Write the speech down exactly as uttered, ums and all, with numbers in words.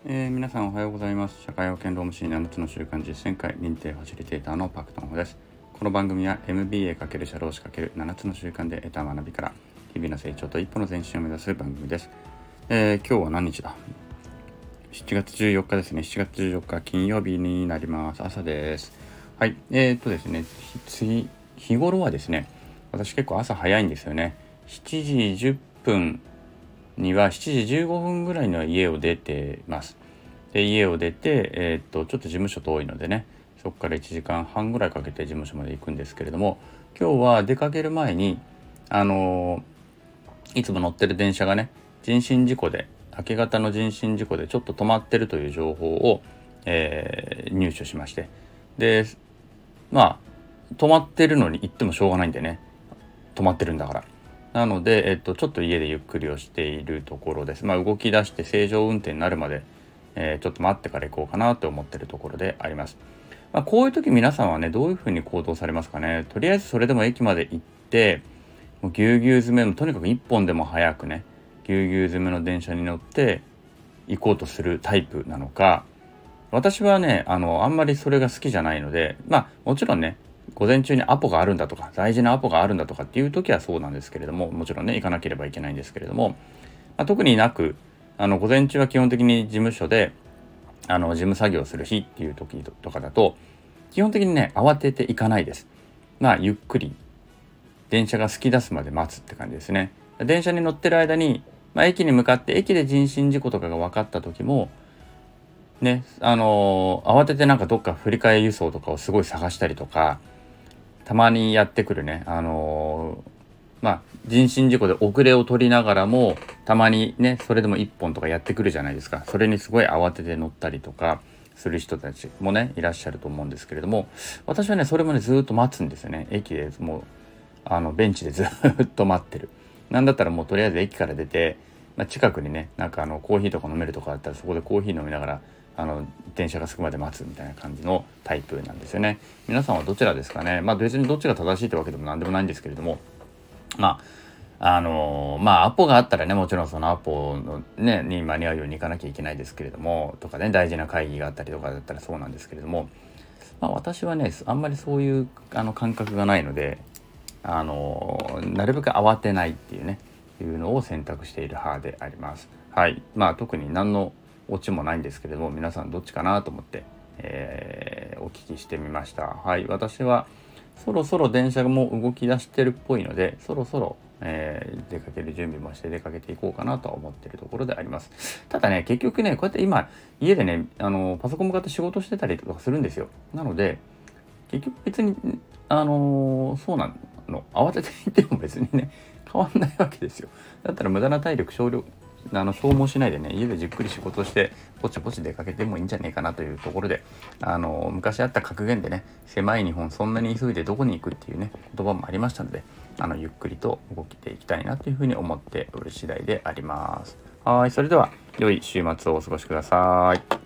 えー、皆さんおはようございます。社会保険労務士ななつの習慣実践会認定ファシリテーターのパクトンホです。この番組は エムビーエー× 社労士 ×なな つの習慣で得た学びから日々の成長と一歩の前進を目指す番組です。えー、今日は何日だしちがつじゅうよっかですね。しちがつじゅうよっか金曜日になります。朝です。はい。えー、っとですね次日頃はですね、私結構朝早いんですよね。しちじじゅっぷんにはしちじじゅうごふんぐらいには家を出てます。で家を出て、えー、っとちょっと事務所遠いのでね、そこからいちじかんはんぐらいかけて事務所まで行くんですけれども、今日は出かける前にあのー、いつも乗ってる電車がね、人身事故で明け方の人身事故でちょっと止まってるという情報を、えー、入手しまして、でまあ止まってるのに行ってもしょうがないんでね、止まってるんだから。なので、えっと、ちょっと家でゆっくりをしているところです。まあ、動き出して正常運転になるまで、えー、ちょっと待ってから行こうかなと思っているところであります。まあ、こういう時皆さんはね、どういうふうに行動されますかね。とりあえずそれでも駅まで行って、もうぎゅうぎゅう詰めの、とにかく一本でも早くね、ぎゅうぎゅう詰めの電車に乗って行こうとするタイプなのか、私はね、あの、あんまりそれが好きじゃないので、まあ、もちろんね、午前中にアポがあるんだとか、大事なアポがあるんだとかっていう時はそうなんですけれども、もちろんね、行かなければいけないんですけれども、まあ、特になく、あの、午前中は基本的に事務所で、あの、事務作業する日っていう時とかだと、基本的にね、慌てていかないです。まあ、ゆっくり、電車が突き出すまで待つって感じですね。電車に乗ってる間に、まあ、駅に向かって、駅で人身事故とかが分かった時も、ね、あのー、慌ててなんかどっか振り替え輸送とかをすごい探したりとか、たまにやってくるね、あのー、まあ人身事故で遅れを取りながらもたまにね、それでもいっぽんとかやってくるじゃないですか。それにすごい慌てて乗ったりとかする人たちもね、いらっしゃると思うんですけれども、私はね、それもね、ずっと待つんですよね。駅でもうあのベンチでずっと待ってる。なんだったらもうとりあえず駅から出て、まあ、近くにね、なんかあのコーヒーとか飲めるとかあったら、そこでコーヒー飲みながらあの電車が着くまで待つみたいな感じのタイプなんですよね。皆さんはどちらですかね。まあ別にどっちが正しいってわけでも何でもないんですけれども、まああのー、まあアポがあったらね、もちろんそのアポのねに間に合うように行かなきゃいけないですけれども、とかね、大事な会議があったりとかだったらそうなんですけれども、まあ私はね、あんまりそういうあの感覚がないので、あのー、なるべく慌てないっていうねいうのを選択している派であります。はい。まあ特に何のオチもないんですけれども、皆さんどっちかなと思って、えー、お聞きしてみました。はい。私はそろそろ電車も動き出してるっぽいので、そろそろ、えー、出かける準備もして出かけていこうかなと思っているところであります。ただね、結局ね、こうやって今家でね、あのパソコン向かって仕事してたりとかするんですよ。なので結局別にあのー、そうなの、慌てていても別にね変わんないわけですよ。だったら無駄な体力消量あの消耗しないでね、家でじっくり仕事をしてポチポチ出かけてもいいんじゃねえかなというところで、あの昔あった格言でね、狭い日本そんなに急いでどこに行くっていうね言葉もありましたので、あのゆっくりと動きていきたいなというふうに思っておる次第であります。はい、それでは良い週末をお過ごしください。